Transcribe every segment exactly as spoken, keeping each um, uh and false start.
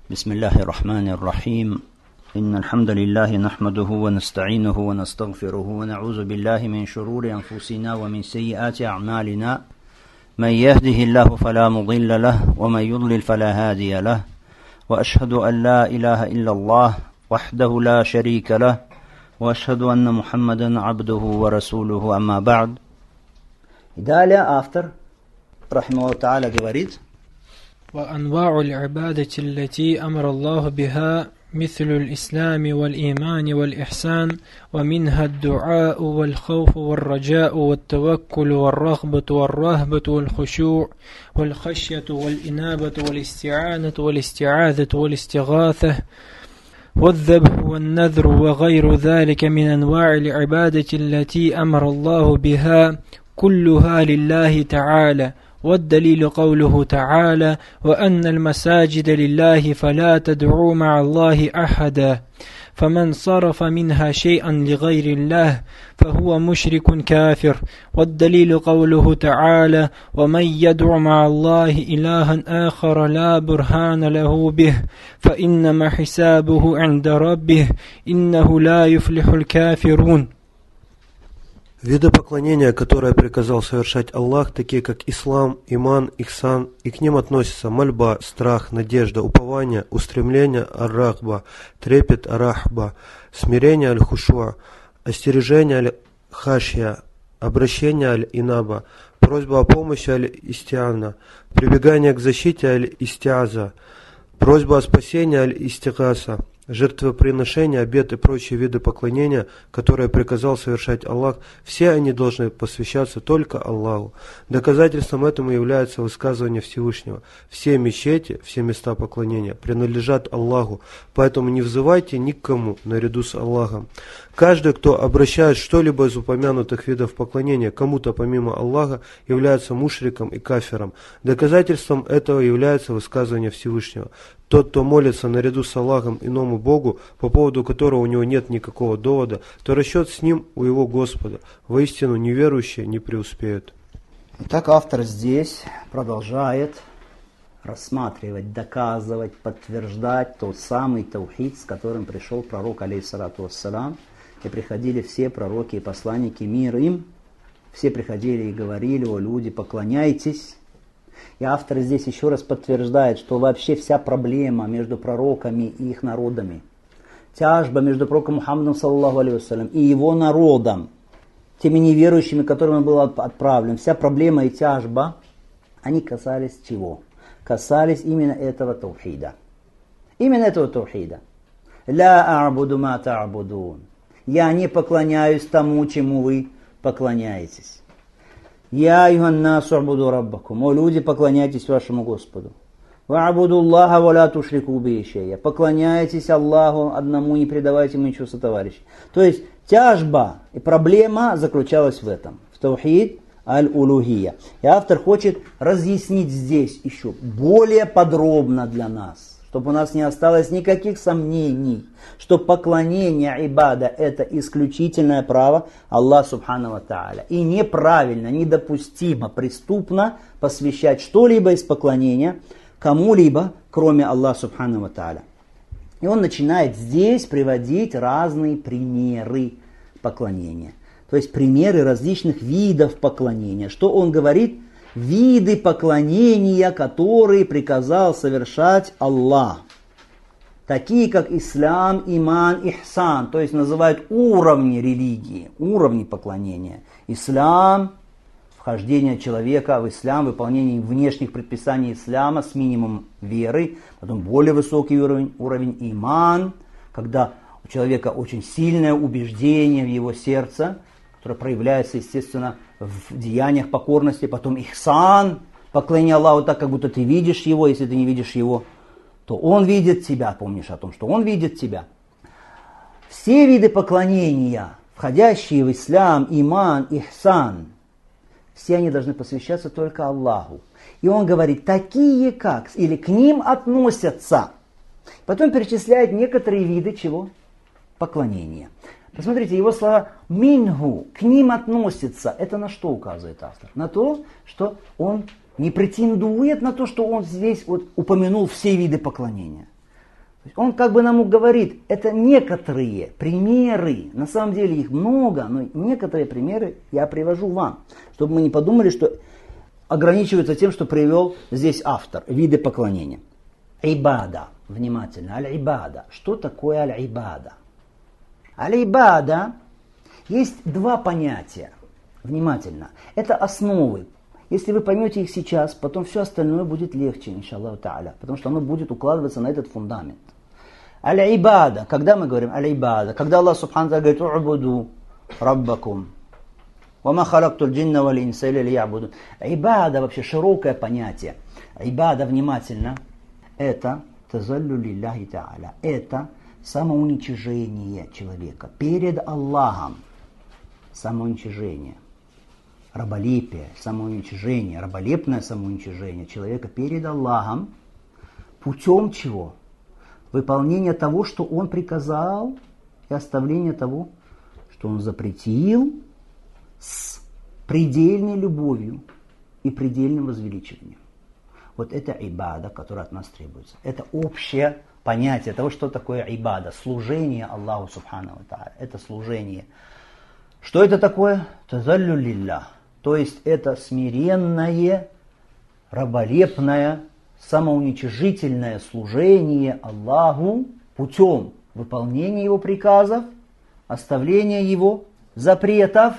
بسم الله الرحمن الرحيم إن الحمد لله نحمده ونستعينه ونستغفره ونعوذ بالله من شرور أنفسنا ومن سيئات أعمالنا من يهده الله فلا مضل له ومن يضلل فلا هادي له وأشهد أن لا إله إلا الله وحده لا شريك له وأشهد أن محمدا عبده ورسوله أما بعد. Далее автор, рахимахуллах та'аля, говорит: وأنواع العبادة التي أمر الله بها مثل الإسلام والإيمان والإحسان ومنها الدعاء والخوف والرجاء والتوكل والرغبة والرهبة والخشوع والخشية والإنابة والاستعانة والاستعاذة والاستغاثة والذبح والنذر وغير ذلك من أنواع العبادة التي أمر الله بها كلها لله تعالى. والدليل قوله تعالى: وأن المساجد لله فلا تدعوا مع الله أحدا، فمن صرف منها شيئا لغير الله فهو مشرك كافر. والدليل قوله تعالى: ومن يدع مع الله إلها آخر لا برهان له به فإنما حسابه عند ربه إنه لا يفلح الكافرون. Виды поклонения, которые приказал совершать Аллах, такие как ислам, иман, ихсан, и к ним относятся мольба, страх, надежда, упование, устремление, ар-рахба, трепет, ар-рахба, смирение, аль-хушуа, остережение, аль-хашья, обращение, аль-инаба, просьба о помощи, аль-истиана, прибегание к защите, аль-истиаза, просьба о спасении, аль-истигаса, жертвоприношения, обет и прочие виды поклонения, которые приказал совершать Аллах, все они должны посвящаться только Аллаху. Доказательством этому является высказывание Всевышнего: все мечети, все места поклонения принадлежат Аллаху, поэтому не взывайте ни к кому наряду с Аллахом. Каждый, кто обращает что-либо из упомянутых видов поклонения кому-то помимо Аллаха, является мушриком и кафиром. Доказательством этого является высказывание Всевышнего: тот, кто молится наряду с Аллахом иному Богу, по поводу которого у него нет никакого довода, то расчет с ним у его Господа. Воистину неверующие не преуспеют. Итак, автор здесь продолжает рассматривать, доказывать, подтверждать тот самый таухид, с которым пришел пророк, алейхиссалату вассалям, и приходили все пророки и посланники, мир им, все приходили и говорили: о люди, поклоняйтесь. И автор здесь еще раз подтверждает, что вообще вся проблема между пророками и их народами, тяжба между пророком Мухаммадом саллаллаху алейхи вассалям и его народом, теми неверующими, которым он был отправлен, вся проблема и тяжба, они касались чего? Касались именно этого таухида. Именно этого таухида. «Ля а'буду ма та'будун». Я не поклоняюсь тому, чему вы поклоняетесь. «Я айюханнасу а'буду раббакум». О люди, поклоняйтесь вашему Господу. «Ва а'буду Аллаха ва ла тушрику биhi шай'а». Поклоняйтесь Аллаху одному, не предавайте ему ничего сотоварища. То есть тяжба и проблема заключалась в этом, в таухид аль-улухия. И автор хочет разъяснить здесь еще более подробно для нас, чтобы у нас не осталось никаких сомнений, что поклонение ибада – это исключительное право Аллаха субхану ва тааля. И неправильно, недопустимо, преступно посвящать что-либо из поклонения кому-либо, кроме Аллаха субхану ва тааля. И он начинает здесь приводить разные примеры поклонения. То есть примеры различных видов поклонения. Что он говорит? Виды поклонения, которые приказал совершать Аллах. Такие как ислам, иман, ихсан. То есть называют уровни религии, уровни поклонения. Ислам, вхождение человека в ислам, выполнение внешних предписаний ислама с минимумом веры. Потом более высокий уровень, уровень иман, когда у человека очень сильное убеждение в его сердце, которое проявляется, естественно, в деяниях покорности. Потом ихсан, поклонение Аллаху так, как будто ты видишь его. Если ты не видишь его, то он видит тебя. Помнишь о том, что он видит тебя. Все виды поклонения, входящие в ислам, иман, ихсан, все они должны посвящаться только Аллаху. И он говорит, такие как, или к ним относятся. Потом перечисляет некоторые виды чего? Поклонения. Посмотрите, его слова «мингу», к ним относится. Это на что указывает автор? На то, что он не претендует на то, что он здесь вот упомянул все виды поклонения. Он как бы нам говорит, это некоторые примеры, на самом деле их много, но некоторые примеры я привожу вам, чтобы мы не подумали, что ограничивается тем, что привел здесь автор, виды поклонения. Ибада, внимательно, аль-ибада. Что такое аль-ибада? Аль-ибада, есть два понятия, внимательно, это основы. Если вы поймете их сейчас, потом все остальное будет легче, иншаллаху та'аля, потому что оно будет укладываться на этот фундамент. Аль-ибада, когда мы говорим аль-ибада, когда Аллах субхану говорит «У'буду раббакум, ва ма халактуль джинна вал инса илля лиябудун». Ибада вообще широкое понятие. Ибада, внимательно, это тазаллю лилляхи та'аля, это самоуничижение человека перед Аллахом, самоуничижение. Раболепие, самоуничижение, раболепное самоуничижение человека перед Аллахом путем чего? Выполнения того, что Он приказал, и оставления того, что Он запретил, с предельной любовью и предельным возвеличиванием. Вот это ибада, которая от нас требуется. Это общее понятие того, что такое ибада, служение Аллаху субхану ва тааля. Это служение. Что это такое? Тазаллю лиллях. То есть это смиренное, раболепное, самоуничижительное служение Аллаху путем выполнения Его приказов, оставления Его запретов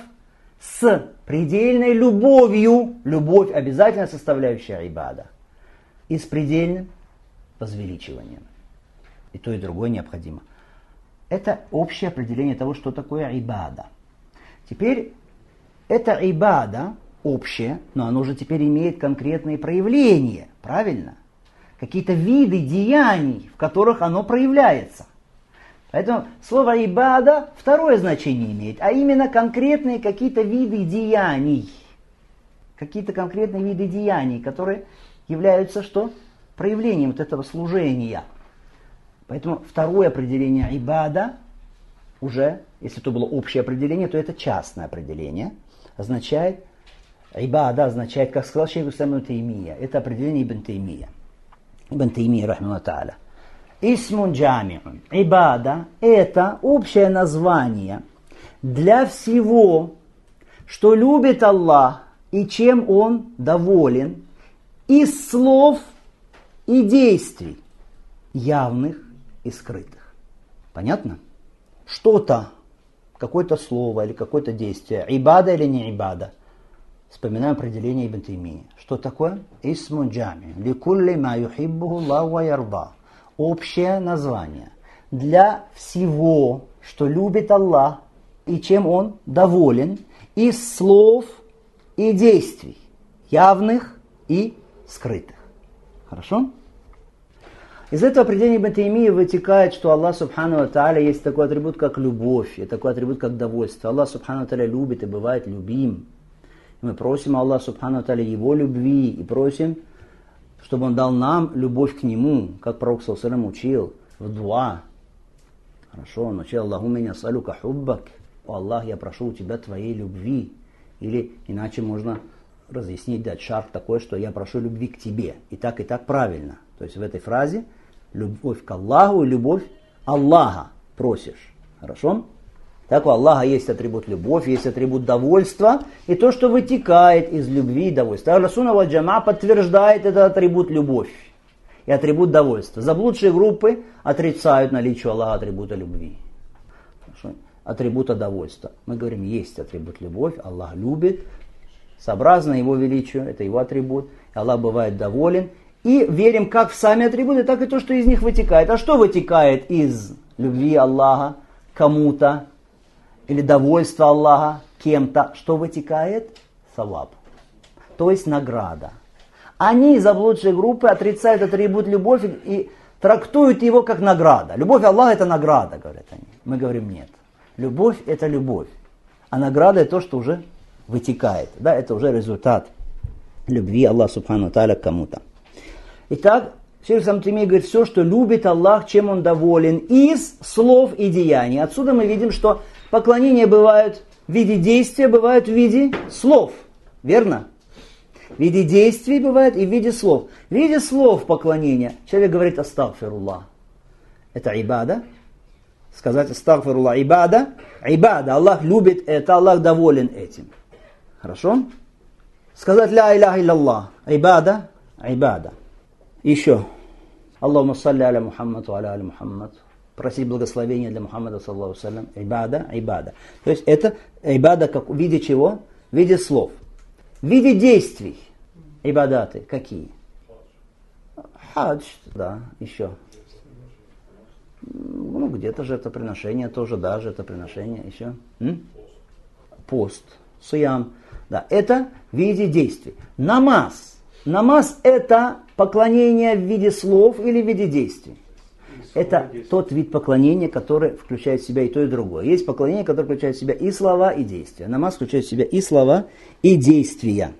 с предельной любовью. Любовь обязательно составляющая ибада. И с предельным возвеличиванием. И то, и другое необходимо. Это общее определение того, что такое ибада. Теперь это ибада общее, но оно же теперь имеет конкретные проявления, правильно? Какие-то виды деяний, в которых оно проявляется. Поэтому слово ибада второе значение имеет, а именно конкретные какие-то виды деяний. Какие-то конкретные виды деяний, которые являются что? Проявлением вот этого служения. Поэтому второе определение ибада уже, если то было общее определение, то это частное определение. Означает, ибада означает, как сказал шейх ислам ибн Таймия, это определение Ибн Таймия. Ибн Таймия, рахматуллаху та'аля. Исмун джамиун. Ибада – это общее название для всего, что любит Аллах и чем Он доволен, из слов и действий, явных и скрытых. Понятно? Что-то, какое-то слово или какое-то действие, ибада или не ибада. Вспоминаем определение Ибн Таймии. Что такое? Исмун джами. Ликулли ма юхиббуху Аллаху ва ярда. Общее название для всего, что любит Аллах и чем Он доволен, из слов и действий, явных и скрытых. Хорошо? Из этого определения Ибн Таймии вытекает, что Аллах субхану ва тааля есть такой атрибут, как любовь, и такой атрибут, как довольство. Аллах субхану ва тааля любит и бывает любим. И мы просим Аллаха субхану ва тааля Его любви и просим, чтобы Он дал нам любовь к Нему, как пророк саллаллаху алейхи ва саллям учил в дуа. Хорошо, он учил Аллахумма инна ас'алука хуббак. О Аллах, я прошу у Тебя Твоей любви. Или иначе можно разъяснить, дать шарх такой, что я прошу любви к Тебе. И так, и так правильно. То есть в этой фразе любовь к Аллаху и любовь Аллаха просишь. Хорошо? Так у Аллаха есть атрибут любовь, есть атрибут довольства и то, что вытекает из любви и довольства. Ахлю сунна валь джамаа подтверждает этот атрибут любовь и атрибут довольства. Заблудшие группы отрицают наличие у Аллаха атрибута любви. Хорошо? Атрибута довольства. Мы говорим, есть атрибут любовь, Аллах любит, сообразно Его величию, это Его атрибут, Аллах бывает доволен. И верим как в сами атрибуты, так и то, что из них вытекает. А что вытекает из любви Аллаха кому-то? Или довольства Аллаха кем-то? Что вытекает? Саваб. То есть награда. Они, заблудшие группы, отрицают атрибут любовь и трактуют его как награда. Любовь Аллаха это награда, говорят они. Мы говорим нет. Любовь это любовь. А награда это то, что уже вытекает. Да, это уже результат любви Аллаха субхану ва тааля к кому-то. Итак, шейх Ибн Таймия говорит, все, что любит Аллах, чем Он доволен, из слов и деяний. Отсюда мы видим, что поклонения бывают в виде действия, бывают в виде слов. Верно? В виде действий бывает и в виде слов. В виде слов поклонения человек говорит астагфируллах. Это ибада. Сказать астагфируллах ибада. Ибада. Аллах любит это, Аллах доволен этим. Хорошо? Сказать ля иляха илляллах. Ибада. Ибада. Еще. Аллахумма салли аля Мухаммад ва аля али Мухаммад. Просить благословения для Мухаммада, саллаллаху салям. Ибада. Ибада. То есть это ибада как в виде чего? В виде слов. В виде действий. Ибадаты. Какие? Хадж. Да. Еще. Ну, где-то жертвоприношение тоже, да, жертвоприношение, еще. М? Пост, суям, да, это в виде действий. Намаз. Намаз это поклонение в виде слов или в виде действий. Это тот вид поклонения, который включает в себя и то, и другое. Есть поклонение, которое включает в себя и слова, и действия. Намаз включает в себя и слова, и действия.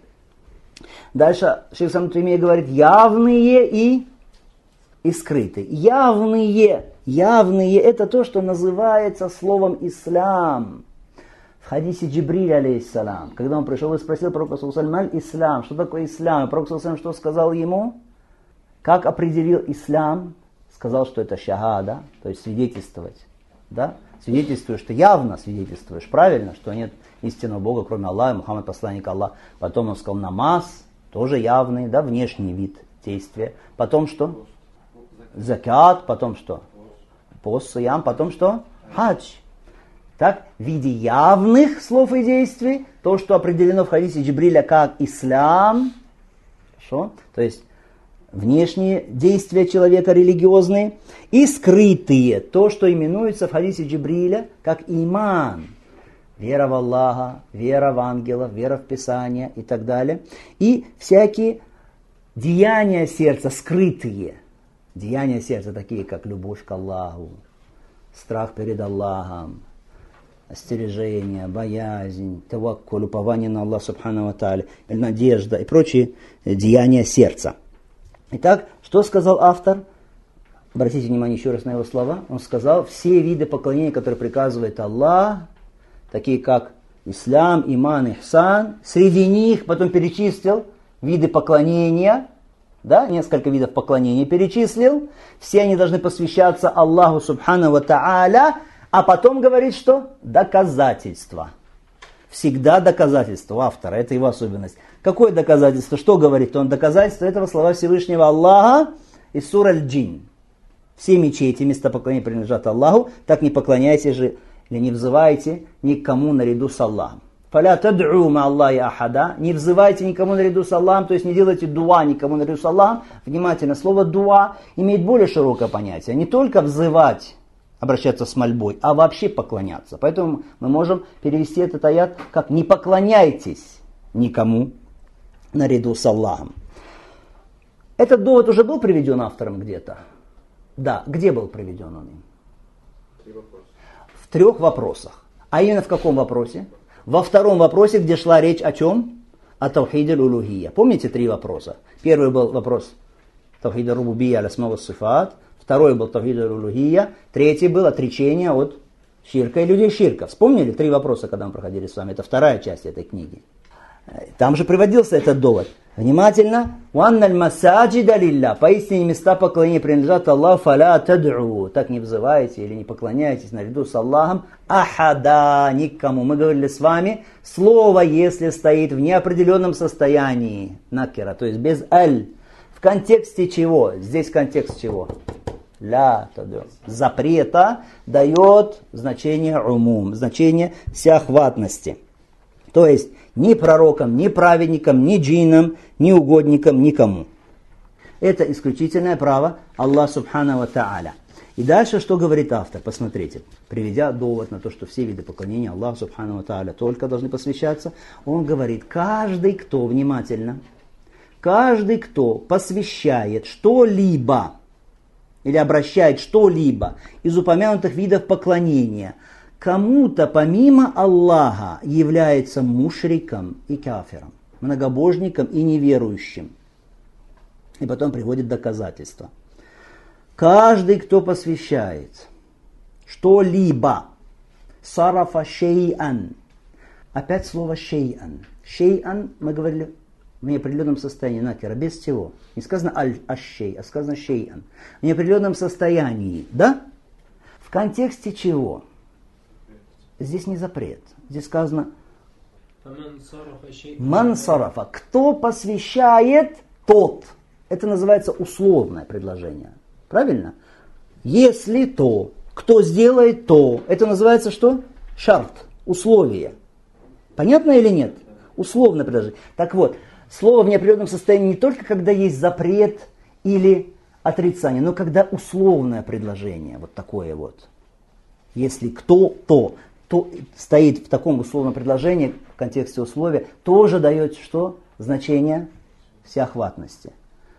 Дальше шейх Исламу Таймия говорит, явные и, и скрытые. Явные. Явные – это то, что называется словом «ислам». В хадисе Джибриля, алейхиссалам, когда он пришел и спросил пророка саллаллаху ислам, что такое ислам, и пророк саллаллаху что сказал ему? Как определил ислам? Сказал, что это шахада, то есть свидетельствовать. Да? Свидетельствуешь, ты явно свидетельствуешь, правильно, что нет истинного Бога, кроме Аллаха, Мухаммад посланник Аллаха. Потом он сказал намаз, тоже явный, да, внешний вид действия. Потом что? Закят, потом что? Пост, суям, потом что? Хадж. Так, в виде явных слов и действий, то, что определено в хадисе Джибриля как ислам, хорошо, то есть внешние действия человека религиозные, и скрытые, то, что именуется в хадисе Джибриля как иман, вера в Аллаха, вера в ангелов, вера в Писание и так далее, и всякие деяния сердца скрытые. Деяния сердца такие, как любовь к Аллаху, страх перед Аллахом, остережение, боязнь, таваккуль, упование на Аллаха субхану ва тааля, надежда и прочие деяния сердца. Итак, что сказал автор? Обратите внимание еще раз на его слова. Он сказал, все виды поклонения, которые приказывает Аллах, такие как ислам, иман, ихсан, среди них потом перечислил виды поклонения, да, несколько видов поклонения перечислил, все они должны посвящаться Аллаху субхану ва тааля, а потом говорит, что доказательство. Всегда доказательство у автора, это его особенность. Какое доказательство? Что говорит он? Доказательство этого слова Всевышнего Аллаха из сура Аль-Джин. Все мечети, места поклонения принадлежат Аллаху, так не поклоняйте же или не взывайте никому наряду с Аллахом. «Фаля тад'у ма Аллахи ахада», не взывайте никому наряду с Аллахом, то есть не делайте дуа никому наряду с Аллахом. Внимательно, слово дуа имеет более широкое понятие. Не только взывать, обращаться с мольбой, а вообще поклоняться. Поэтому мы можем перевести этот аят как «не поклоняйтесь никому наряду с Аллахом». Этот довод уже был приведен автором где-то? Да, где был приведен он им? Три вопроса. В трех вопросах. А именно в каком вопросе? Во втором вопросе, где шла речь о чем? О тавхиде улухия. Помните три вопроса? Первый был вопрос тавхида рубубия аль-асма ва сифат. Второй был тавхид улухия. Третий был отречение от ширка и людей ширка. Вспомнили три вопроса, когда мы проходили с вами? Это вторая часть этой книги. Там же приводился этот довод. Внимательно. «Ванналь масаджида лилля». Поистине места поклонения принадлежат Аллаху. «Фаля тад'у». Так не взывайте или не поклоняйтесь наряду с Аллахом. «Ахада». Никому. Мы говорили с вами. Слово, если стоит в неопределенном состоянии. Накера. То есть без «аль». В контексте чего? Здесь контекст чего? «Ля тад'у». Запрета дает значение «умум». Значение всеохватности. То есть ни пророкам, ни праведникам, ни джиннам, ни угодникам, никому. Это исключительное право Аллаха субхану ва тааля. И дальше что говорит автор? Посмотрите. Приведя довод на то, что все виды поклонения Аллаху субхану ва тааля только должны посвящаться, он говорит, каждый, кто, внимательно, каждый, кто посвящает что-либо или обращает что-либо из упомянутых видов поклонения кому-то помимо Аллаха, является мушриком и кафиром, многобожником и неверующим. И потом приводит доказательства. Каждый, кто посвящает что-либо, сарафа шей'ан. Опять слово шей'ан. Шей'ан, мы говорили, в неопределенном состоянии, накира, без всего. Не сказано аль-ащей, а сказано шейан. В неопределенном состоянии, да? В контексте чего? Здесь не запрет. Здесь сказано ман сарафа. Кто посвящает, тот. Это называется условное предложение. Правильно? Если то, кто сделает то, это называется что? Шарт, условие. Понятно или нет? Условное предложение. Так вот, слово в неопределенном состоянии не только когда есть запрет или отрицание, но когда условное предложение, вот такое вот. Если кто, то, то стоит в таком условном предложении, в контексте условия, тоже дает что? Значение всеохватности.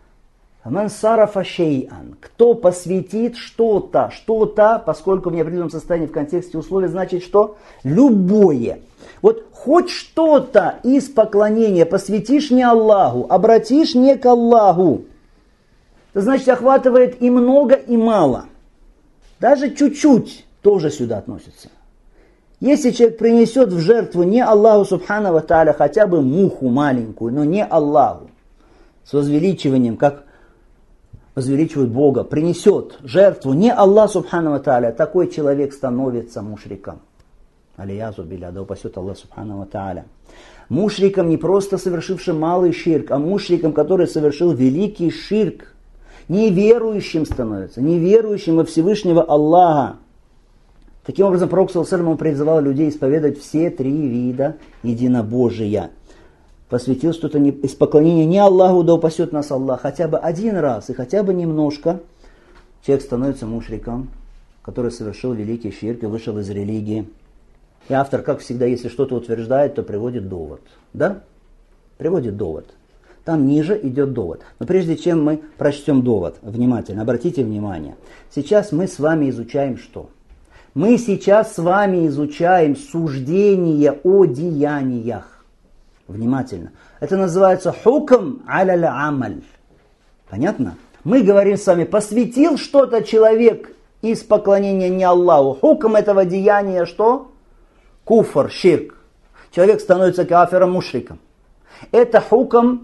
Ман сарафа шей'ан. Кто посвятит что-то, что-то, поскольку в неопределенном состоянии в контексте условия, значит что? Любое. Вот хоть что-то из поклонения посвятишь не Аллаху, обратишь не к Аллаху, это значит охватывает и много, и мало. Даже чуть-чуть тоже сюда относится. Если человек принесет в жертву не Аллаху субхану ва тааля, хотя бы муху маленькую, но не Аллаху, с возвеличиванием, как возвеличивают Бога, принесет жертву не Аллах субхану ва тааля, такой человек становится мушриком. Алиязу билля, да упасет Аллах субхану ва тааля. Мушриком не просто совершившим малый ширк, а мушриком, который совершил великий ширк. Неверующим становится, неверующим во Всевышнего Аллаха. Таким образом, пророк саллаллаху алейхи ва саллям призывал людей исповедовать все три вида единобожия. Посвятил что-то не, из поклонения не Аллаху, да упасет нас Аллах, хотя бы один раз и хотя бы немножко, человек становится мушриком, который совершил великий ширк и вышел из религии. И автор, как всегда, если что-то утверждает, то приводит довод. Да? Приводит довод. Там ниже идет довод. Но прежде чем мы прочтем довод, внимательно, обратите внимание. Сейчас мы с вами изучаем что? Мы сейчас с вами изучаем суждение о деяниях. Внимательно. Это называется хукм аля амаль. Понятно? Мы говорим с вами, посвятил что-то человек из поклонения не Аллаху. Хукм этого деяния что? Куфр, ширк. Человек становится кафиром, мушриком. Это хукм,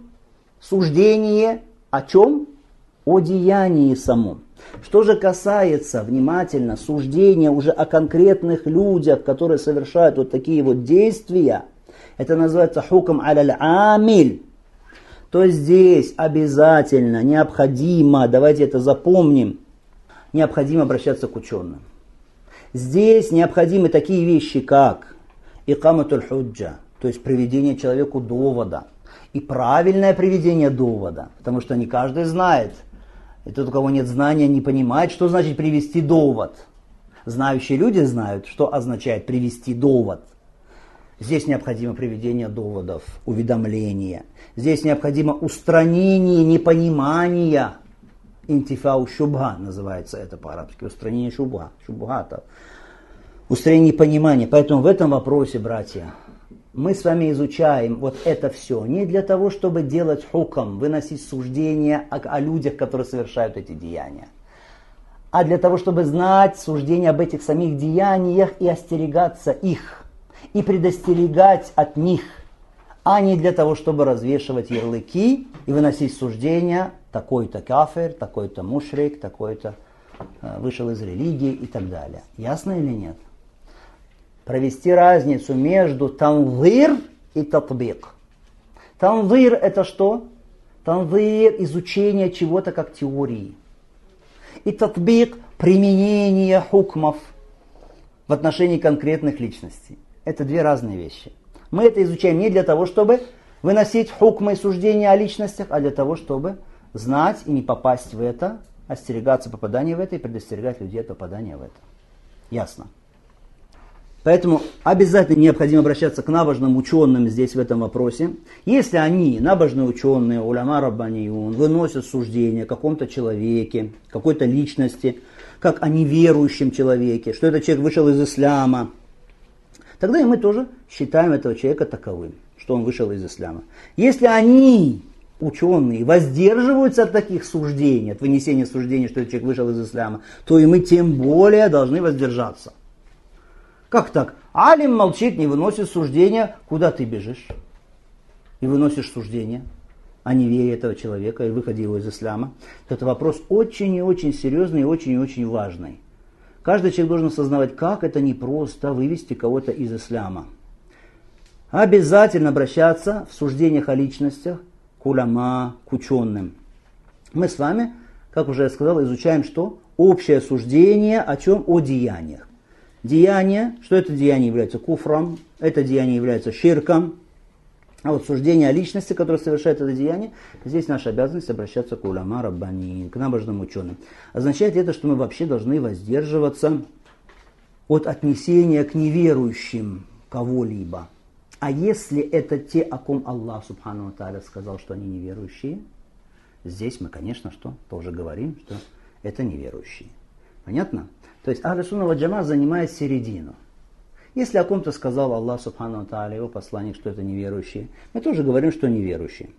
суждение о чем? О деянии самом. Что же касается, внимательно, суждения уже о конкретных людях, которые совершают вот такие вот действия, это называется хукм аль-амиль. То здесь обязательно, необходимо, давайте это запомним, необходимо обращаться к ученым. Здесь необходимы такие вещи, как икаматуль худжа, то есть приведение человеку довода. И правильное приведение довода, потому что не каждый знает. И тот, у кого нет знания, не понимает, что значит привести довод. Знающие люди знают, что означает привести довод. Здесь необходимо приведение доводов, уведомления. Здесь необходимо устранение непонимания. Интифау шубха называется это по-арабски. Устранение шубха, шубхата. Устранение непонимания. Поэтому в этом вопросе, братья, мы с вами изучаем вот это все не для того, чтобы делать хукм, выносить суждения о, о людях, которые совершают эти деяния, а для того, чтобы знать суждения об этих самих деяниях и остерегаться их, и предостерегать от них, а не для того, чтобы развешивать ярлыки и выносить суждения, такой-то кафир, такой-то мушрик, такой-то э, вышел из религии и так далее. Ясно или нет? Провести разницу между танзир и татбик. Танзир это что? Танзир изучение чего-то как теории. И татбик применение хукмов в отношении конкретных личностей. Это две разные вещи. Мы это изучаем не для того, чтобы выносить хукмы и суждения о личностях, а для того, чтобы знать и не попасть в это, остерегаться попадания в это и предостерегать людей от попадания в это. Ясно. Поэтому обязательно необходимо обращаться к набожным ученым здесь в этом вопросе. Если они, набожные ученые, уляма раббаниюн, выносят суждение о каком-то человеке, какой-то личности, как о неверующем человеке, что этот человек вышел из ислама, тогда и мы тоже считаем этого человека таковым, что он вышел из ислама. Если они, ученые, воздерживаются от таких суждений, от вынесения суждений, что этот человек вышел из ислама, то и мы тем более должны воздержаться. Как так? Алим молчит, не выносит суждения. Куда ты бежишь? И выносишь суждения. о неверии этого человека и выходе его из ислама, то это вопрос очень и очень серьезный и очень и очень важный. Каждый человек должен осознавать, как это непросто вывести кого-то из ислама. Обязательно обращаться в суждениях о личностях к уляма, к ученым. Мы с вами, как уже я сказал, изучаем что? Общее суждение о чем? О деяниях. Деяние, что это деяние является куфром, это деяние является ширком. А вот суждение о личности, которое совершает это деяние, здесь наша обязанность обращаться к уляма раббанин, к набожным ученым. Означает это, что мы вообще должны воздерживаться от отнесения к неверующим кого-либо. А если это те, о ком Аллах Субхану ва Тааля сказал, что они неверующие, здесь мы, конечно, что тоже говорим, что это неверующие. Понятно? То есть Ахлю Сунна ва Джама занимает середину. Если о ком-то сказал Аллах Субхану ва Тааля, его посланник, что это неверующие, мы тоже говорим, что неверующие.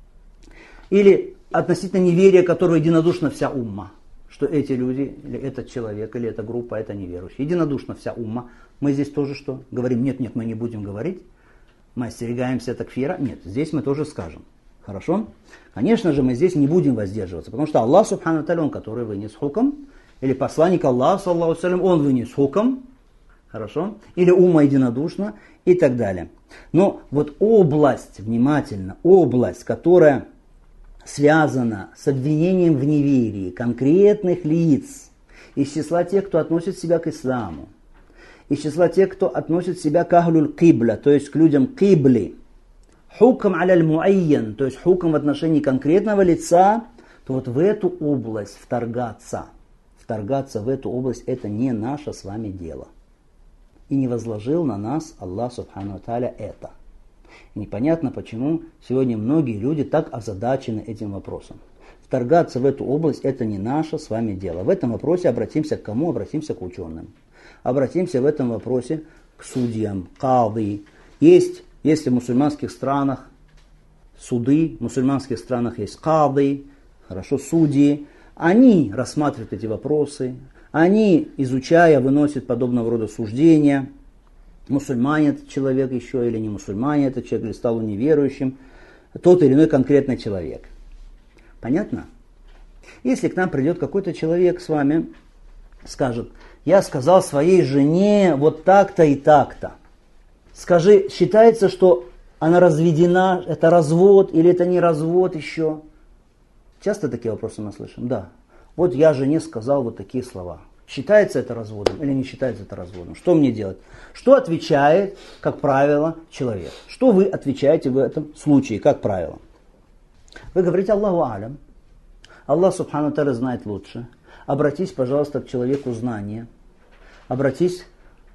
Или относительно неверия, которого единодушна вся умма, что эти люди, или этот человек, или эта группа, это неверующие. Единодушна вся умма. Мы здесь тоже что? Говорим, нет, нет, мы не будем говорить. Мы остерегаемся такфира. Нет, здесь мы тоже скажем. Хорошо? Конечно же, мы здесь не будем воздерживаться, потому что Аллах Субхану ва Тааля, он, который вынес хукм, или посланник Аллаха, саллаллаху алейхи ва саллям, он вынес хукм, хорошо? Или умма единодушно и так далее. Но вот область, внимательно, область, которая связана с обвинением в неверии конкретных лиц из числа тех, кто относит себя к исламу, из числа тех, кто относит себя к ахлюль кибля, то есть к людям кибли, хукм аляль муайян, то есть хукм в отношении конкретного лица, то вот в эту область вторгаться, вторгаться в эту область, это не наше с вами дело. И не возложил на нас Аллах Субхану ва Тааля это. И непонятно, почему сегодня многие люди так озадачены этим вопросом. Вторгаться в эту область – это не наше с вами дело. В этом вопросе обратимся к кому? Обратимся к ученым. Обратимся в этом вопросе к судьям, кады. Есть, если в мусульманских странах суды, в мусульманских странах есть кады, хорошо, судьи. Они рассматривают эти вопросы. Они, изучая, выносят подобного рода суждения. Мусульманин этот человек еще или не мусульманин этот человек, или стал он неверующим. Тот или иной конкретный человек. Понятно? Если к нам придет какой-то человек с вами, скажет, я сказал своей жене вот так-то и так-то. Скажи, считается, что она разведена, это развод или это не развод еще? Часто такие вопросы мы слышим? Да. Вот я жене сказал вот такие слова. Считается это разводом или не считается это разводом? Что мне делать? Что отвечает, как правило, человек? Что вы отвечаете в этом случае, как правило? Вы говорите Аллаху алям. Аллах Субхану ва Тааля знает лучше. Обратись, пожалуйста, к человеку знания. Обратись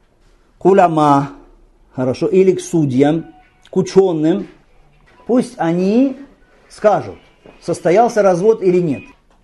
к уляма, хорошо, или к судьям, к ученым. Пусть они скажут, состоялся развод или нет.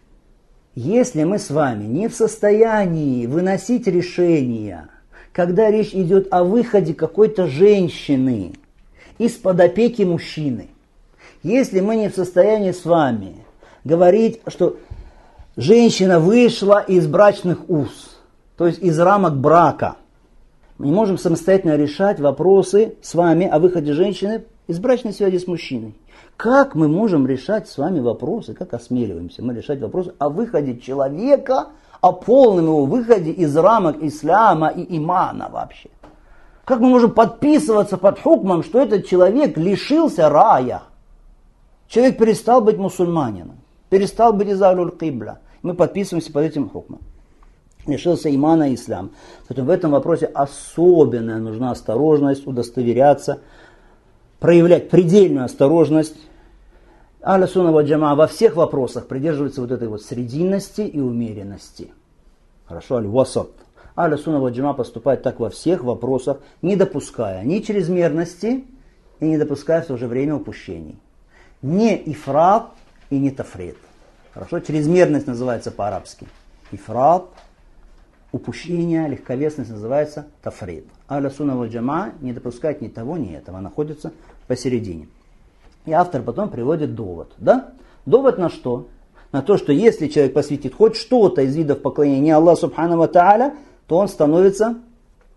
Если мы с вами не в состоянии выносить решения, когда речь идет о выходе какой-то женщины из-под опеки мужчины, если мы не в состоянии с вами говорить, что женщина вышла из брачных уз, то есть из рамок брака, мы не можем самостоятельно решать вопросы с вами о выходе женщины из брачной связи с мужчиной. Как мы можем решать с вами вопросы, как осмеливаемся мы решать вопросы о выходе человека, о полном его выходе из рамок ислама и имана вообще? Как мы можем подписываться под хукмом, что этот человек лишился рая? Человек перестал быть мусульманином, перестал быть из ахлюль кибля. Мы подписываемся под этим хукмом. Лишился имана и ислам. Поэтому в этом вопросе особенная нужна осторожность, удостоверяться, проявлять предельную осторожность. Ахлю сунна ва джамаа во всех вопросах придерживается вот этой вот срединности и умеренности. Хорошо, аль-васат. Ахлю сунна ва джамаа поступает так во всех вопросах, не допуская ни чрезмерности и не допуская в то же время упущений. Не ифрат и не тафрит. Хорошо, чрезмерность называется по-арабски ифрат, упущение, легковесность называется тафрит. Ахлю сунна ва джамаа не допускает ни того, ни этого, находится посередине. И автор потом приводит довод. Да? Довод на что? На то, что если человек посвятит хоть что-то из видов поклонения Аллаху Субхану ва Тааля, то он становится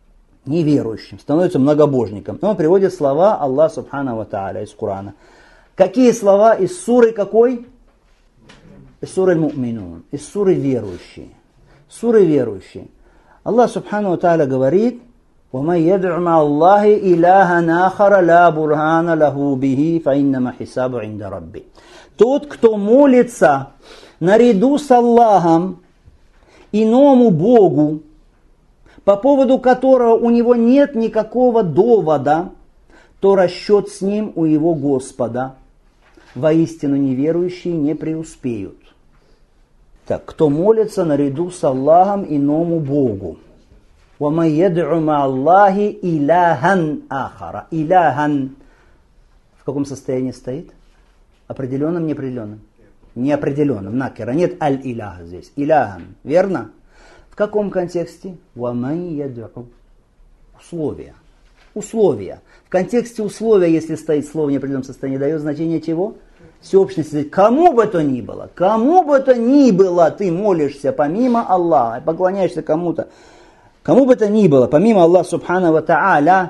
неверующим, становится многобожником. И он приводит слова Аллаха Субхану ва Тааля из Корана. Какие слова из суры какой? Из суры Му'минун, из суры верующие. Суры верующие. Аллах Субхану ва Тааля говорит: وَمَنْ يَدْعُ مَعَ اللَّهِ إِلَهًا آخَرَ لَا بُرْهَانَ لَهُ بِهِ فَإِنَّمَا حِسَابُهُ عِنْدَ رَبِّهِ. Тот, кто молится наряду с Аллахом иному Богу, по поводу которого у него нет никакого довода, то расчет с ним у его Господа. Воистину неверующие не преуспеют. Так, кто молится наряду с Аллахом иному Богу. وَمَنْ يَدْعُ مَعَ اللَّهِ إِلَهًا آخَرَ. Иляхан в каком состоянии стоит? Определенным, неопределенным? Неопределенным. Накера. Нет аль-иляха здесь. Иляхан. Верно? В каком контексте? وَمَنْ يَدْعُ. Условия. Условия. В контексте условия, если стоит слово в неопределенном состоянии, дает значение чего? Всеобщности. Кому бы то ни было, кому бы то ни было, ты молишься помимо Аллаха, поклоняешься кому-то, кому бы то ни было, помимо Аллаха Субхану ва Тааля,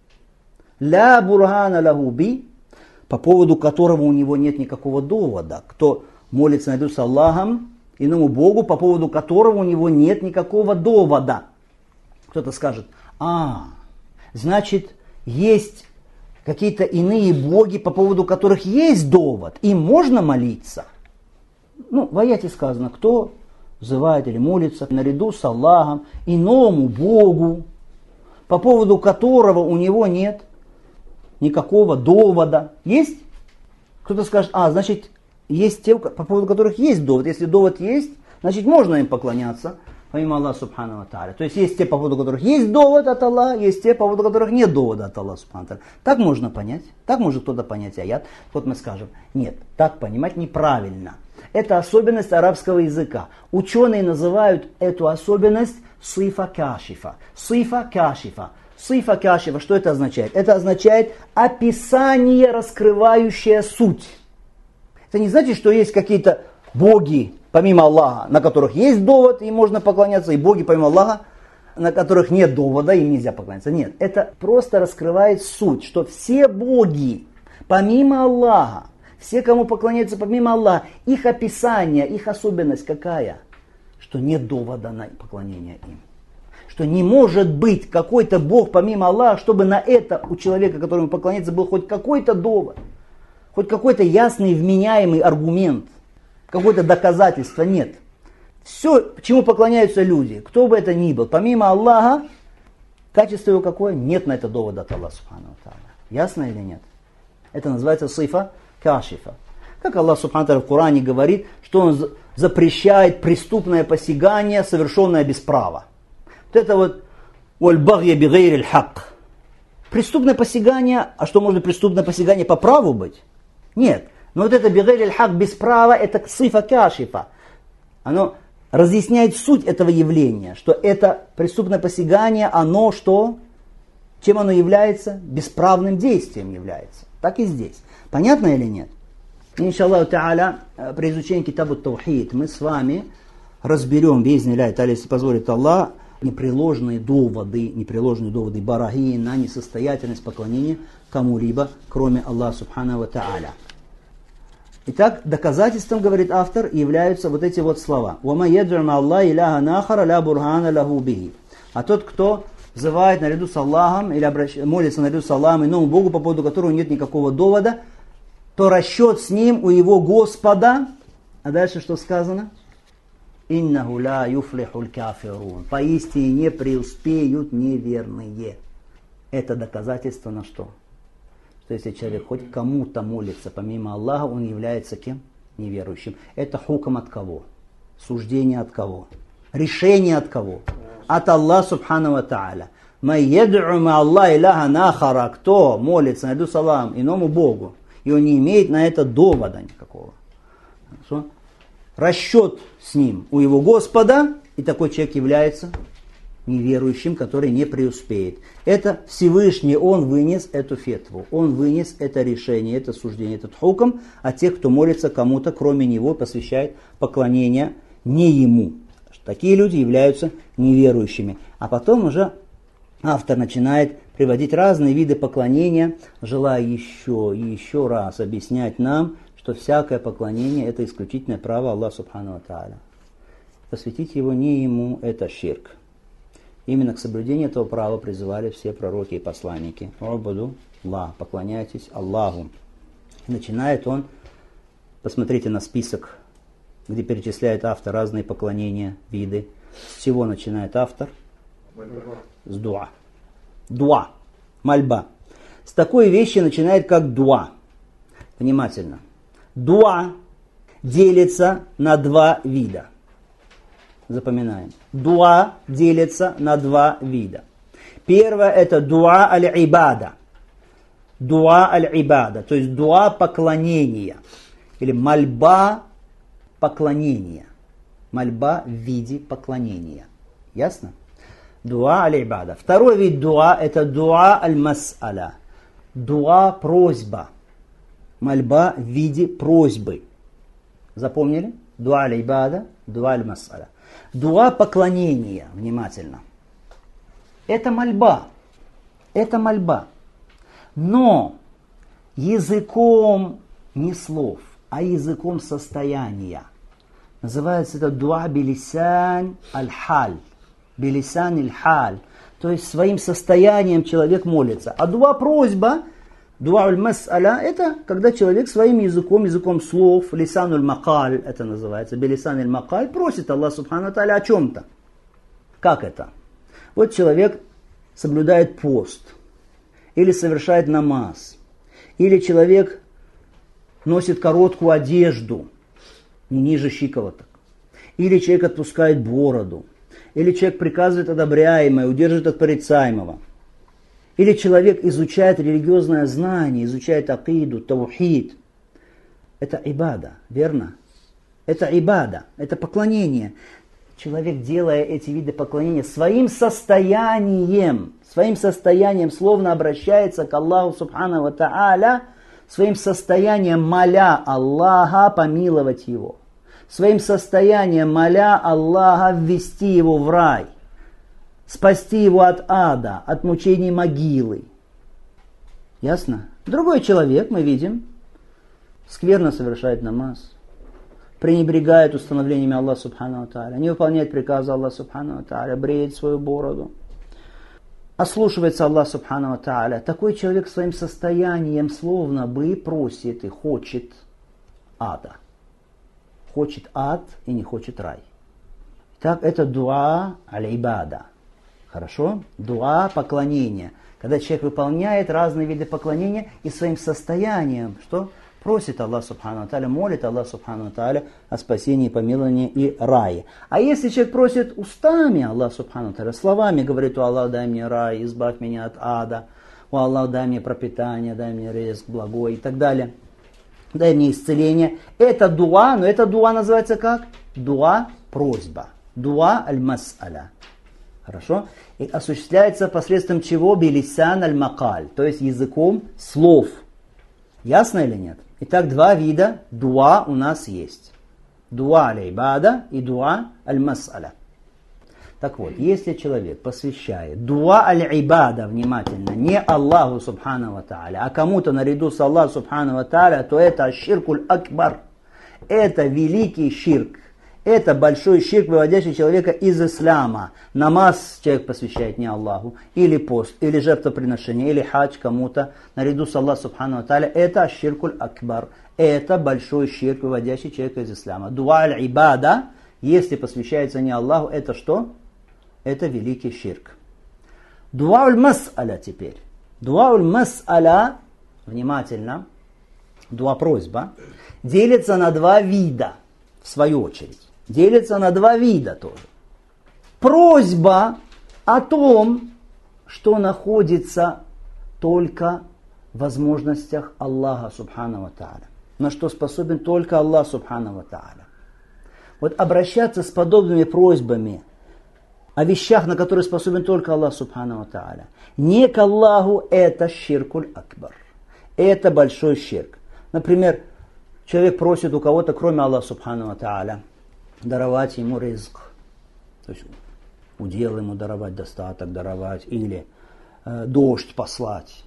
ля бурхана лаху би, по поводу которого у него нет никакого довода. Кто молится наряду с Аллахом, иному Богу, по поводу которого у него нет никакого довода. Кто-то скажет: а, значит, есть какие-то иные боги, по поводу которых есть довод, им можно молиться. Ну, в аяте сказано, кто взывает или молится наряду с Аллахом, иному Богу, по поводу которого у него нет никакого довода. Есть? Кто-то скажет: а, значит, есть те, по поводу которых есть довод. Если довод есть, значит, можно им поклоняться, помимо Аллаха Субхану ва Тааля. То есть есть те, по поводу которых есть довод от Аллаха, есть те, по поводу которых нет довода от Аллаха Субхану ва Тааля. Так можно понять. Так может кто-то понять аят. Вот мы скажем: нет, так понимать неправильно. Это особенность арабского языка. Ученые называют эту особенность сифа кашифа. Сифа кашифа. Сифа кашифа. Что это означает? Это означает описание, раскрывающее суть. Это не значит, что есть какие-то боги помимо Аллаха, на которых есть довод, им можно поклоняться, и боги помимо Аллаха, на которых нет довода, им нельзя поклоняться. Нет, это просто раскрывает суть, что все боги помимо Аллаха, все, кому поклоняются помимо Аллаха, их описание, их особенность какая? Что нет довода на поклонение им. Что не может быть какой-то Бог помимо Аллаха, чтобы на это у человека, которому поклоняется, был хоть какой-то довод, хоть какой-то ясный, вменяемый аргумент, какое-то доказательство. Нет. Все, чему поклоняются люди, кто бы это ни был, помимо Аллаха, качество его какое? Нет на это довода от Аллаха Субхану ва Тааля. Ясно или нет? Это называется сифа кашифа. Как Аллах Субхану ва Тааля в Коране говорит, что Он запрещает преступное посягание, совершенное без права. Вот это вот «Валь-багья бигайриль хак». Преступное посягание, а что может преступное посягание по праву быть? Нет. Но вот это бигайриль хак, без права, это сифа кашифа. Оно разъясняет суть этого явления, что это преступное посягание, оно что? Чем оно является? Бесправным действием является. Так и здесь. Понятно или нет? Иншаллаху та'аля, при изучении китабу таухид мы с вами разберем, би'изни-ллахи та'аля, если позволит Аллах, непреложные доводы, непреложные доводы барахи на несостоятельность поклонения кому-либо, кроме Аллаха Субхану ва Тааля. Итак, доказательством, говорит автор, являются вот эти вот слова. «Вама яджу ма Аллах иляха нахара ля бурхана лаху бихи». А тот, кто взывает наряду с Аллахом, или обращ... молится наряду с Аллахом, иному Богу, по поводу которого нет никакого довода, то расчет с ним у его Господа. А дальше что сказано? «Иннаху ла юфлихуль кафирун». Поистине не преуспеют неверные. Это доказательство на что? Что если человек хоть кому-то молится помимо Аллаха, он является кем? Неверующим. Это хукм от кого? Суждение от кого? Решение от кого? От Аллаха Субхану ва Тааля. «Май яд'у ма Аллах иляха нахара». Кто молится наряду с Аллахом, иному Богу, и он не имеет на это довода никакого. Хорошо? Расчет с ним у его Господа, и такой человек является неверующим, который не преуспеет. Это Всевышний, Он вынес эту фетву, Он вынес это решение, это суждение, этот хукм, а тех, кто молится кому-то, кроме Него, посвящает поклонение не Ему. Такие люди являются неверующими. А потом уже автор начинает приводить разные виды поклонения, желая еще и еще раз объяснять нам, что всякое поклонение – это исключительное право Аллаха Субхану ва Тааля. Посвятить его не ему – это ширк. Именно к соблюдению этого права призывали все пророки и посланники. «Убуду Аллах», поклоняйтесь Аллаху. И начинает он, посмотрите на список, где перечисляет автор разные поклонения, виды. С чего начинает автор? С дуа. Дуа. Мольба. С такой вещи начинает как дуа. Внимательно. Дуа делится на два вида. Запоминаем. Дуа делится на два вида. Первое это дуа аль-ибада. Дуа аль-ибада, то есть дуа поклонения. Или мольба поклонения. Мольба в виде поклонения. Ясно? Дуа аль-ибада. Второй вид дуа это дуа аль-мас'аля. Дуа просьба. Мольба в виде просьбы. Запомнили? Дуа аль-ибада, дуа аль-мас'аля. Дуа поклонения, внимательно. Это мольба. Это мольба. Но языком не слов, а языком состояния. Называется это дуа билисан аль-халь. Билисан аль-халь. То есть своим состоянием человек молится. А дуа просьба, дуа аль-мас'аля, это когда человек своим языком, языком слов, лисан аль-макаль, это называется, билисан аль-макаль, просит Аллах Субхану ва Тааля о чем-то. Как это? Вот человек соблюдает пост, или совершает намаз, или человек носит короткую одежду, не ниже щиколоток, или человек отпускает бороду, или человек приказывает одобряемое, удерживает от порицаемого, или человек изучает религиозное знание, изучает акиду, таухид. Это ибада, верно? Это ибада, это поклонение. Человек, делая эти виды поклонения своим состоянием, своим состоянием, словно обращается к Аллаху Субхану ва Тааля, своим состоянием моля Аллаха помиловать его, своим состоянием моля Аллаха ввести его в рай, спасти его от ада, от мучений могилы. Ясно? Другой человек, мы видим, скверно совершает намаз, пренебрегает установлениями Аллаха Субхану ва Тааля, не выполняет приказы Аллаха Субхану ва Тааля, бреет свою бороду, ослушивается Аллах Субхану ва Тааля. Такой человек своим состоянием словно бы просит и хочет ада. Хочет ад и не хочет рай. Так это дуа аль-ибада. Хорошо? Дуа поклонения. Когда человек выполняет разные виды поклонения и своим состоянием, что? Просит Аллах Субхану ва Тааля, молит Аллах Субхану ва Тааля о спасении, помиловании и рае. А если человек просит устами Аллах Субхану ва Тааля, словами говорит: «О Аллах, дай мне рай, избавь меня от ада», «О Аллах, дай мне пропитание, дай мне ризк благой» и так далее, «дай мне исцеление». Это дуа, но это дуа называется как? Дуа просьба. Дуа аль-мас'аля. Хорошо? И осуществляется посредством чего? Билисан аль-макаль, то есть языком слов. Ясно или нет? Итак, два вида дуа у нас есть. Дуа аль-ибада и дуа аль-мас'аля. Так вот, если человек посвящает дуа аль-ибада, внимательно, не Аллаху Субхану ва Тааля, а кому-то наряду с Аллахом Субхану ва Тааля, то это ширкуль акбар. Это великий ширк. Это большой ширк, выводящий человека из ислама. Намаз человек посвящает не Аллаху, или пост, или жертвоприношение, или хадж кому-то, наряду с Аллахом Субхану ва Тааля. Это ширкуль акбар. Это большой ширк, выводящий человека из ислама. Дуа аль-ибада, если посвящается не Аллаху, это что? Это великий ширк. Дуа аль-мас'аля теперь. Дуа аль-мас'аля, внимательно, дуа просьба, делится на два вида, в свою очередь. Делится на два вида тоже. Просьба о том, что находится только в возможностях Аллаха Субхану ва Тааля, на что способен только Аллах Субхану ва Тааля. Вот обращаться с подобными просьбами о вещах, на которые способен только Аллах Субхану ва Тааля, не к Аллаху, это ширкуль акбар. Это большой ширк. Например, человек просит у кого-то, кроме Аллаха Субхану ва Тааля, даровать ему ризк. То есть удел ему даровать, достаток даровать, или э, дождь послать,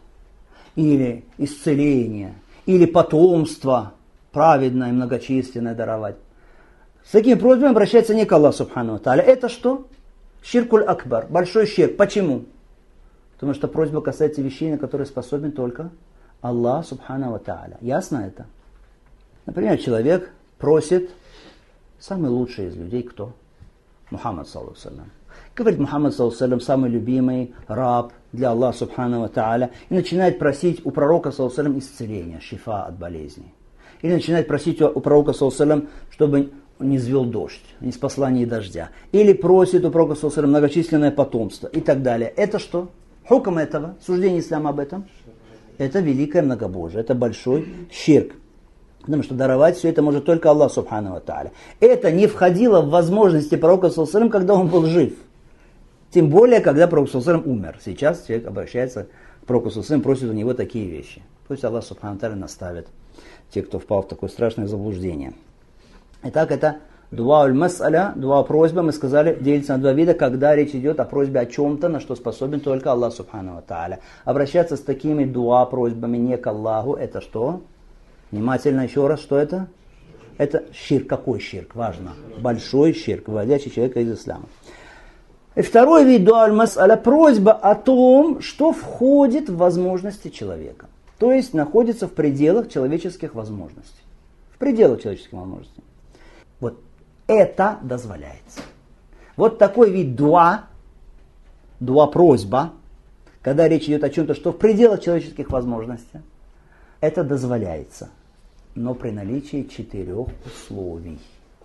или исцеление, или потомство праведное и многочисленное даровать. С такими просьбами обращается не к Аллаху Субхану ва Тааля. Это что? Ширкуль акбар, большой ширк. Почему? Потому что просьба касается вещей, на которые способен только Аллах Субхану ва Тааля. Ясно это? Например, человек просит самый лучший из людей, кто? Мухаммад, саллаллаху алейхи ва саллям. Говорит Мухаммад, саллаллаху алейхи ва саллям, самый любимый раб для Аллаха Субхану ва Тааля. И начинает просить у пророка, саллаллаху алейхи ва саллям, исцеления, шифа от болезней. Или начинает просить у пророка, саллаллаху алейхи ва саллям, чтобы не звел дождь, не с послания дождя. Или просит у пророка, саллаллаху алейхи ва саллям, многочисленное потомство и так далее. Это что? Хукм этого, суждение ислама об этом, это великое многобожие, это большой ширк. Потому что даровать все это может только Аллах Субхану ва Тааля. Это не входило в возможности пророка, саллаллаху алейхи ва саллям, когда он был жив. Тем более, когда пророк, саллаллаху алейхи ва саллям, умер. Сейчас человек обращается к пророку, саллаллаху алейхи ва саллям, просит у него такие вещи. Пусть Аллах Субхану ва Тааля наставит тех, кто впал в такое страшное заблуждение. Итак, это дуа аль-мас'аля, дуа просьба, мы сказали, делится на два вида, когда речь идет о просьбе о чем-то, на что способен только Аллах Субхану ва Тааля. Обращаться с такими дуа просьбами не к Аллаху, это что? Внимательно еще раз, что это? Это ширк. Какой ширк? Важно. Большой ширк, выводящий человека из ислама. И второй вид дуа аль-мас'аля, просьба о том, что входит в возможности человека. То есть находится в пределах человеческих возможностей. В пределах человеческих возможностей. Вот это дозволяется. Вот такой вид дуа, дуа-просьба, когда речь идет о чем-то, что в пределах человеческих возможностей, это дозволяется. Но при наличии четырех условий.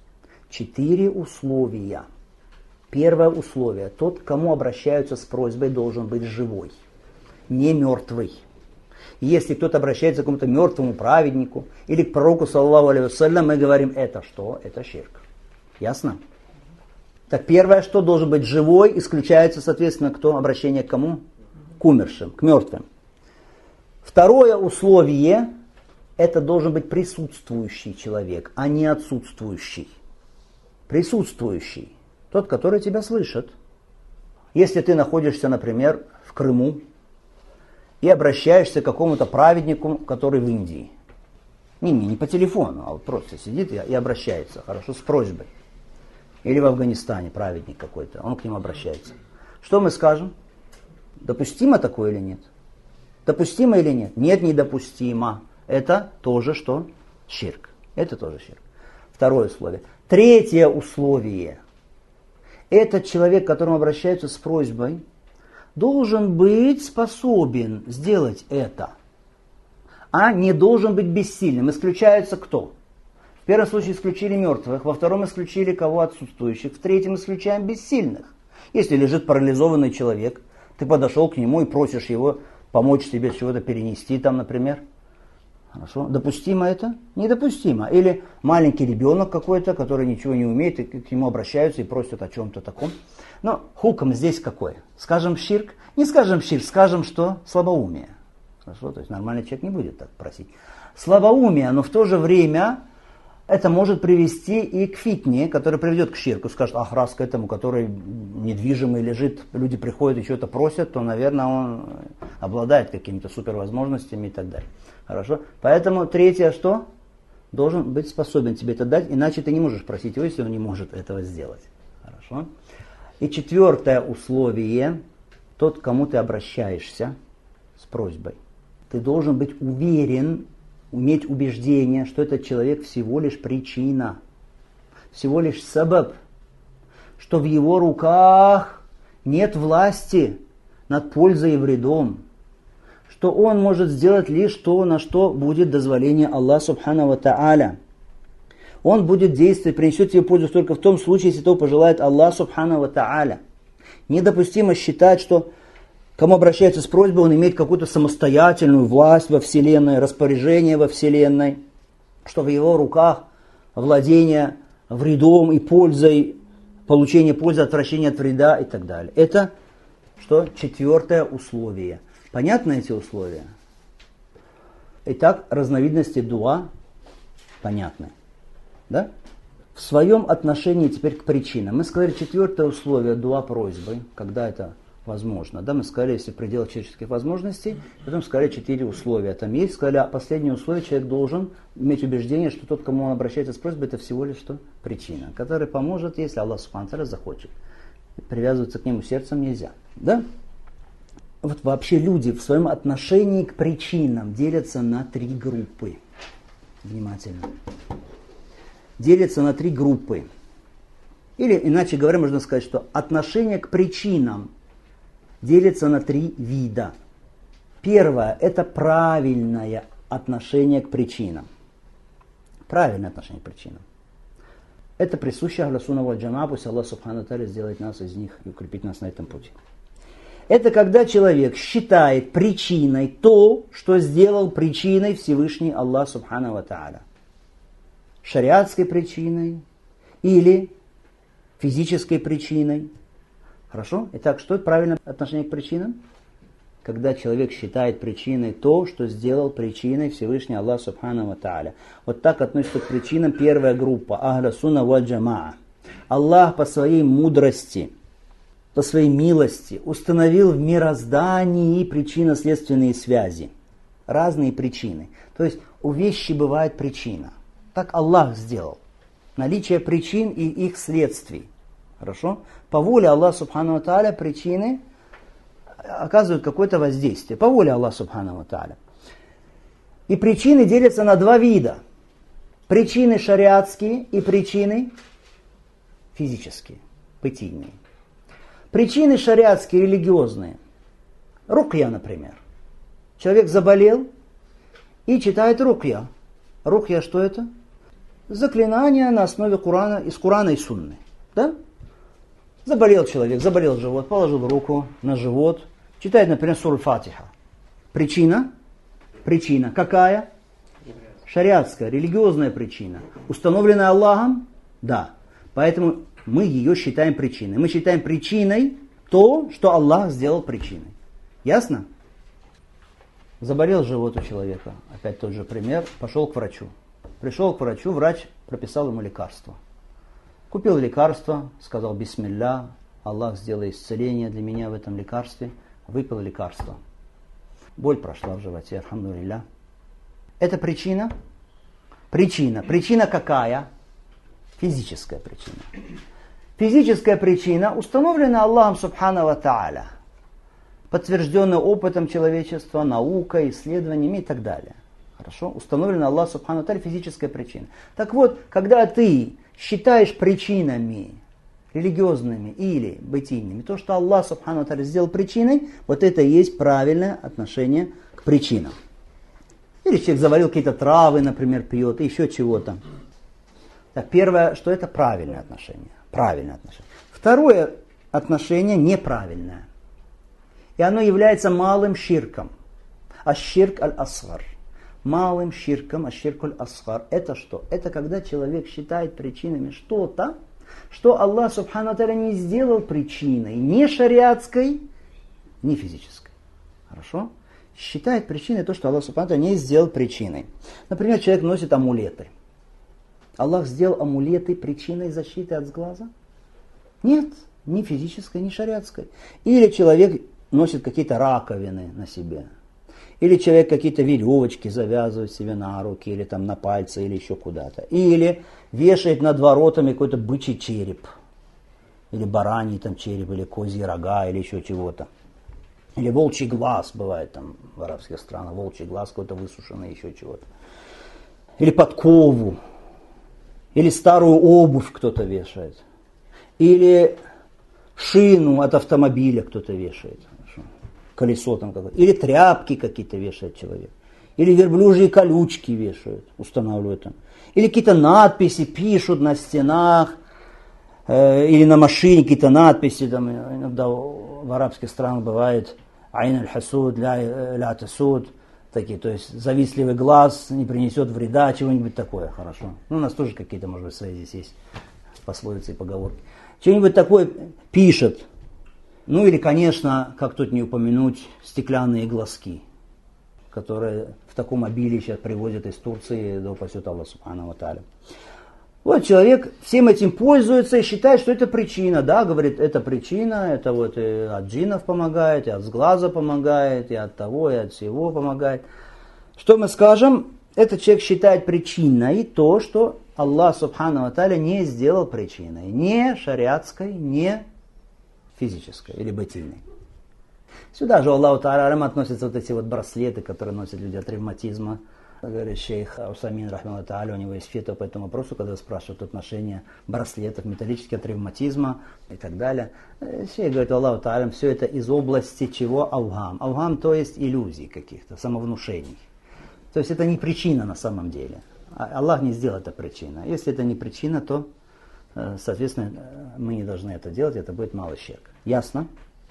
Четыре условия. Первое условие. Тот, к кому обращаются с просьбой, должен быть живой, не мертвый. Если кто-то обращается к какому-то мертвому праведнику или к пророку, саллаллаху алейхи ва саллям, мы говорим, это что? Это ширк. Ясно? Так первое, что должен быть живой, исключается, соответственно, кто? Обращение к кому? К умершим, к мертвым. Второе условие, это должен быть присутствующий человек, а не отсутствующий. Присутствующий. Тот, который тебя слышит. Если ты находишься, например, в Крыму, и обращаешься к какому-то праведнику, который в Индии. Не, не, не по телефону, а вот просто сидит и, и обращается, хорошо, с просьбой. Или в Афганистане праведник какой-то, он к нему обращается. Что мы скажем? Допустимо такое или нет? Допустимо или нет? Нет, недопустимо. Это тоже что? Ширк. Это тоже ширк. Второе условие. Третье условие. Этот человек, к которому обращаются с просьбой, должен быть способен сделать это, а не должен быть бессильным. Исключаются кто? В первом случае исключили мертвых, во втором исключили кого? Отсутствующих, в третьем исключаем бессильных. Если лежит парализованный человек, ты подошел к нему и просишь его помочь тебе чего-то перенести там, например. Хорошо. Допустимо это? Недопустимо. Или маленький ребенок какой-то, который ничего не умеет, и к нему обращаются и просят о чем-то таком. Но хукм здесь какой? Скажем ширк? Не скажем ширк, скажем что? Слабоумие. Хорошо? То есть нормальный человек не будет так просить. Слабоумие, но в то же время это может привести и к фитне, который приведет к ширку. Скажут, ах, раз к этому, который недвижимый лежит, люди приходят и что-то просят, то, наверное, он обладает какими-то супервозможностями и так далее. Хорошо? Поэтому третье, что? Должен быть способен тебе это дать, иначе ты не можешь просить его, если он не может этого сделать. Хорошо? И четвертое условие, тот, к кому ты обращаешься с просьбой, ты должен быть уверен, иметь убеждение, что этот человек всего лишь причина, всего лишь сабаб, что в его руках нет власти над пользой и вредом, что он может сделать лишь то, на что будет дозволение Аллаха Субхану ва Тааля. Он будет действовать, принесет тебе пользу только в том случае, если того пожелает Аллах Субхану ва Тааля. Недопустимо считать, что кому обращается с просьбой, он имеет какую-то самостоятельную власть во Вселенной, распоряжение во Вселенной, что в его руках владение вредом и пользой, получение пользы, отвращение от вреда и так далее. Это что? Четвертое условие. Понятны эти условия? Итак, разновидности дуа понятны. Да? В своем отношении теперь к причинам. Мы сказали четвертое условие дуа просьбы, когда это возможно. Да, мы сказали, если в пределах человеческих возможностей, потом сказали четыре условия. Там есть, сказали, а последнее условие, человек должен иметь убеждение, что тот, к кому он обращается с просьбой, это всего лишь что? Причина, которая поможет, если Аллах Субхану ва Тааля захочет. Привязываться к нему сердцем нельзя. Да? Вот вообще люди в своем отношении к причинам делятся на три группы. Внимательно. Делятся на три группы. Или, иначе говоря, можно сказать, что отношение к причинам делится на три вида. Первое – это правильное отношение к причинам. Правильное отношение к причинам. Это присуще Ахлю Сунна валь Джамаа, пусть Аллах Субхану ва Тааля сделает нас из них и укрепит нас на этом пути. Это когда человек считает причиной то, что сделал причиной Всевышний Аллах Субхану ва Тааля. Шариатской причиной или физической причиной. Хорошо? Итак, что это правильное отношение к причинам? Когда человек считает причиной то, что сделал причиной Всевышний Аллах Субхану ва Тааля. Вот так относится к причинам первая группа, Ахлю Сунна валь Джамаа. Аллах по своей мудрости, по своей милости установил в мироздании причинно-следственные связи. Разные причины. То есть у вещи бывает причина. Так Аллах сделал. Наличие причин и их следствий. Хорошо? По воле Аллаха Субхану ва Тааля причины оказывают какое-то воздействие. По воле Аллаха Субхану ва Тааля. И причины делятся на два вида. Причины шариатские и причины физические, бытийные. Причины шариатские, религиозные. Рукья, например. Человек заболел и читает рукья. Рукья что это? Заклинание на основе Корана, из Корана и Сунны. Да? Заболел человек, заболел живот, положил руку на живот, читает, например, суру Фатиха. Причина? Причина. Какая? Шариатская, религиозная причина. Установленная Аллахом? Да. Поэтому мы ее считаем причиной. Мы считаем причиной то, что Аллах сделал причиной. Ясно? Заболел живот у человека. Опять тот же пример. Пошел к врачу. Пришел к врачу, врач прописал ему лекарство. Купил лекарство, сказал бисмилля, Аллах сделай исцеление для меня в этом лекарстве. Выпил лекарство. Боль прошла в животе, альхамдулилля. Это причина? Причина. Причина какая? Физическая причина. Физическая причина установлена Аллахом Субхану ва Тааля. Подтвержденная опытом человечества, наукой, исследованиями и так далее. Хорошо? Установлена Аллах Субхану ва Тааля физическая причина. Так вот, когда ты считаешь причинами религиозными или бытийными то, что Аллах Субхану ва Тааля сделал причиной, вот это и есть правильное отношение к причинам. Или человек заварил какие-то травы, например, пьет, и еще чего-то. Так, первое, что это правильное отношение. Правильное отношение. Второе отношение неправильное. И оно является малым ширком. Аш-ширк аль-асгар. Малым ширком, аш-ширк аль-асгар. Это что? Это когда человек считает причинами что-то, что Аллах Субхану ва Тааля не сделал причиной ни шариатской, ни физической. Хорошо? Считает причиной то, что Аллах Субхану ва Тааля не сделал причиной. Например, человек носит амулеты. Аллах сделал амулеты причиной защиты от сглаза? Нет, ни физической, ни шариатской. Или человек носит какие-то раковины на себе. Или человек какие-то веревочки завязывает себе на руки, или там на пальцы, или еще куда-то. Или вешает над воротами какой-то бычий череп. Или бараний там череп, или козьи рога, или еще чего-то. Или волчий глаз бывает там в арабских странах. Волчий глаз какой-то высушенный, еще чего-то. Или подкову. Или старую обувь кто-то вешает. Или шину от автомобиля кто-то вешает. Колесо там какое-то. Или тряпки какие-то вешает человек. Или верблюжьи колючки вешают, устанавливают там. Или какие-то надписи пишут на стенах. Э, или на машине какие-то надписи. Там, иногда в арабских странах бывает «Айн аль-хасуд, ля тасуд». Такие, то есть завистливый глаз не принесет вреда, чего-нибудь такое, хорошо. Ну, у нас тоже какие-то, может быть, свои здесь есть пословицы и поговорки. Что-нибудь такое пишет. Ну, или, конечно, как тут не упомянуть, стеклянные глазки, которые в таком обилии сейчас привозят из Турции, да упасет Аллах Субхану ва Тааля. Вот человек всем этим пользуется и считает, что это причина. Да, говорит, это причина, это вот и от джиннов помогает, и от сглаза помогает, и от того, и от всего помогает. Что мы скажем? Этот человек считает причиной то, что Аллах Субхану ва Тааля не сделал причиной. Не шариатской, не физической или бытийной. Сюда же Аллаху Тааля относятся вот эти вот браслеты, которые носят люди от ревматизма. Говорит шейх Усамин, рахмаллаху тааля, у него есть фетва по этому вопросу, когда спрашивают отношение браслетов металлических от ревматизма и так далее. Шейх говорит, Аллаху Тааля, все это из области чего? Авгам. Авгам, то есть иллюзий каких-то, самовнушений. То есть это не причина на самом деле. Аллах не сделал это причиной. Если это не причина, то, соответственно, мы не должны это делать, это будет малый ширк. Ясно?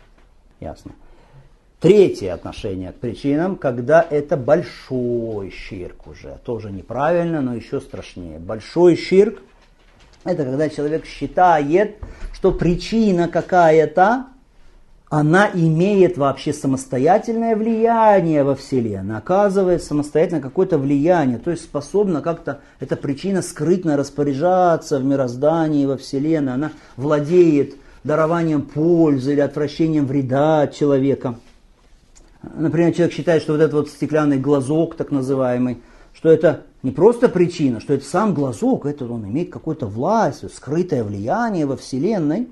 Ясно. Третье отношение к причинам, когда это большой ширк уже. Тоже неправильно, но еще страшнее. Большой ширк – это когда человек считает, что причина какая-то, она имеет вообще самостоятельное влияние во Вселенной. Оказывает самостоятельно какое-то влияние. То есть способна как-то эта причина скрытно распоряжаться в мироздании, во Вселенной. Она владеет дарованием пользы или отвращением вреда от человека. Например, человек считает, что вот этот вот стеклянный глазок, так называемый, что это не просто причина, что это сам глазок, это он имеет какую-то власть, скрытое влияние во Вселенной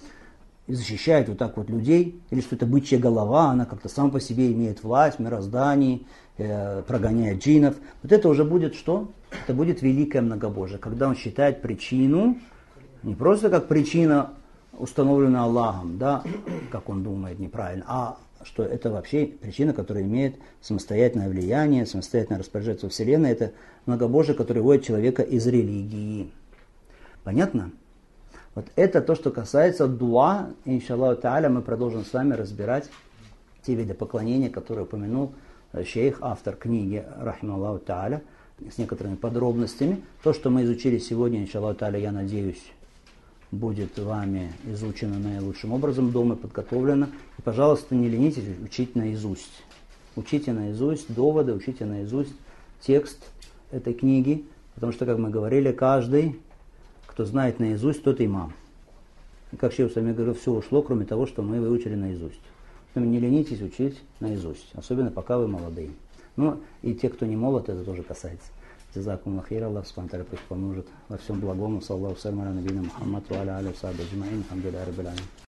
и защищает вот так вот людей, или что это бычья голова, она как-то сама по себе имеет власть в мироздании, э, прогоняет джиннов. Вот это уже будет что? Это будет великое многобожие, когда он считает причину не просто как причина, установленная Аллахом, да, как он думает неправильно, а что это вообще причина, которая имеет самостоятельное влияние, самостоятельно распоряжается во Вселенной. Это многобожие, которое выводит человека из религии. Понятно? Вот это то, что касается дуа. Иншаллаху тааля мы продолжим с вами разбирать те виды поклонения, которые упомянул шейх, автор книги, рахималлаху тааля, с некоторыми подробностями. То, что мы изучили сегодня, иншаллаху тааля, я надеюсь, будет вами изучено наилучшим образом, дома подготовлено. И, пожалуйста, не ленитесь учить наизусть. Учите наизусть доводы, учите наизусть текст этой книги, потому что, как мы говорили, каждый, кто знает наизусть, тот имам. И как шейх сами говорил, все ушло, кроме того, что мы выучили наизусть. Поэтому не ленитесь учить наизусть, особенно пока вы молодые. Ну и те, кто не молод, это тоже касается. Джазакум Аллаху хейран, Аллах субхану ва тааля пусть поможет во всем благому. Саллаллаху алейхи ва саллям аля набийина Мухаммад ва аля алихи ва сахбихи аджмаин. Алхамдулиллахи раббил аламин.